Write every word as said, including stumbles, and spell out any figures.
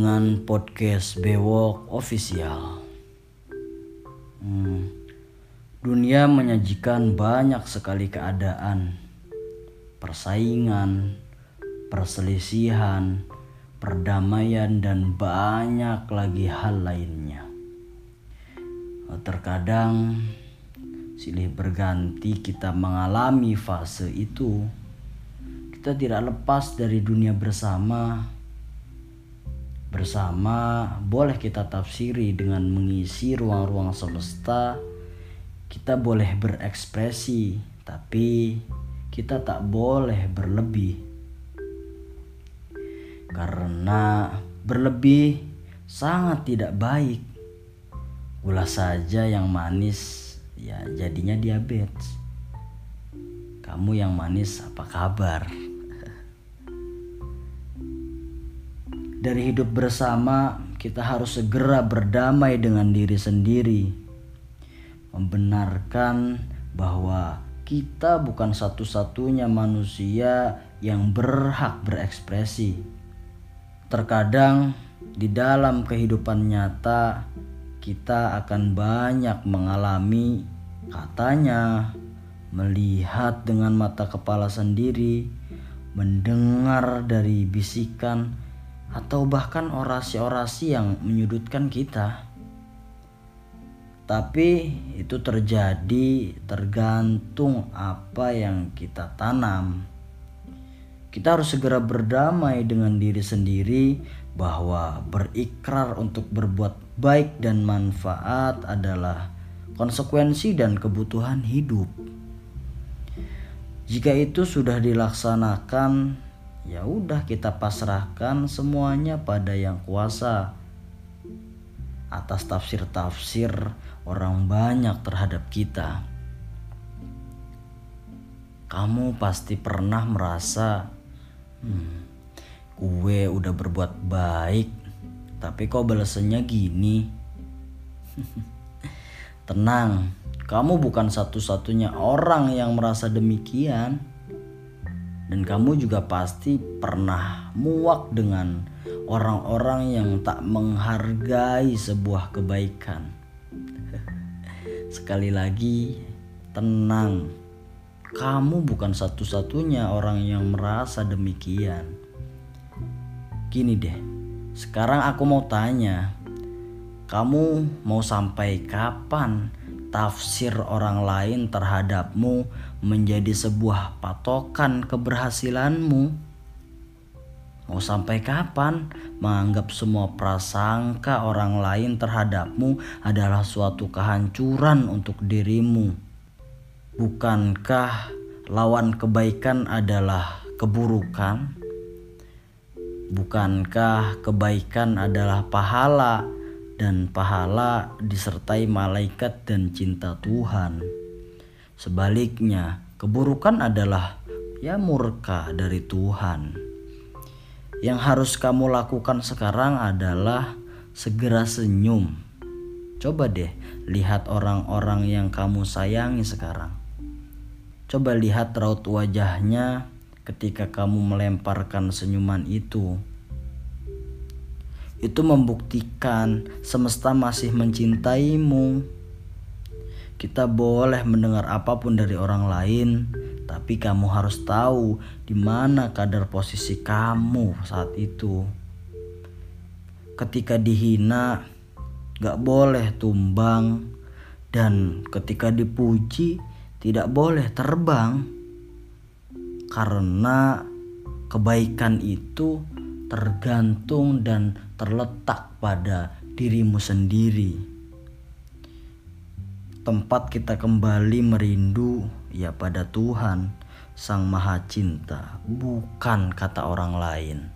dengan podcast Bewok Official. Hmm, dunia menyajikan banyak sekali keadaan, persaingan, perselisihan, perdamaian, dan banyak lagi hal lainnya. Terkadang silih berganti kita mengalami fase itu. Kita tidak lepas dari dunia bersama. Bersama boleh kita tafsiri dengan mengisi ruang-ruang semesta. Kita boleh berekspresi, tapi kita tak boleh berlebih. Karena berlebih sangat tidak baik. Gula saja yang manis, ya jadinya diabetes. Kamu yang manis apa kabar? Dari hidup bersama, kita harus segera berdamai dengan diri sendiri. Membenarkan bahwa kita bukan satu-satunya manusia yang berhak berekspresi. Terkadang di dalam kehidupan nyata, kita akan banyak mengalami, katanya, melihat dengan mata kepala sendiri, mendengar dari bisikan, atau bahkan orasi-orasi yang menyudutkan kita. Tapi itu terjadi tergantung apa yang kita tanam. Kita harus segera berdamai dengan diri sendiri bahwa berikrar untuk berbuat baik dan manfaat adalah konsekuensi dan kebutuhan hidup. Jika itu sudah dilaksanakan, ya udah kita pasrahkan semuanya pada Yang Kuasa atas tafsir-tafsir orang banyak terhadap kita. Kamu pasti pernah merasa, hmm, gue udah berbuat baik, tapi kok balasannya gini? Tenang, kamu bukan satu-satunya orang yang merasa demikian. Dan kamu juga pasti pernah muak dengan orang-orang yang tak menghargai sebuah kebaikan. Sekali lagi, tenang. Kamu bukan satu-satunya orang yang merasa demikian. Gini deh, sekarang aku mau tanya. Kamu mau sampai kapan tafsir orang lain terhadapmu menjadi sebuah patokan keberhasilanmu? Mau sampai kapan menganggap semua prasangka orang lain terhadapmu adalah suatu kehancuran untuk dirimu? Bukankah lawan kebaikan adalah keburukan? Bukankah kebaikan adalah pahala? Dan pahala disertai malaikat dan cinta Tuhan. Sebaliknya, keburukan adalah ya murka dari Tuhan. Yang harus kamu lakukan sekarang adalah segera senyum. Coba deh lihat orang-orang yang kamu sayangi sekarang. Coba lihat raut wajahnya ketika kamu melemparkan senyuman itu. Itu membuktikan semesta masih mencintaimu. Kita boleh mendengar apapun dari orang lain, tapi kamu harus tahu di mana kadar posisi kamu saat itu. Ketika dihina, gak boleh tumbang, dan ketika dipuji, tidak boleh terbang. Karena kebaikan itu tergantung dan terletak pada dirimu sendiri. Tempat kita kembali merindu ya pada Tuhan Sang Maha Cinta, bukan kata orang lain.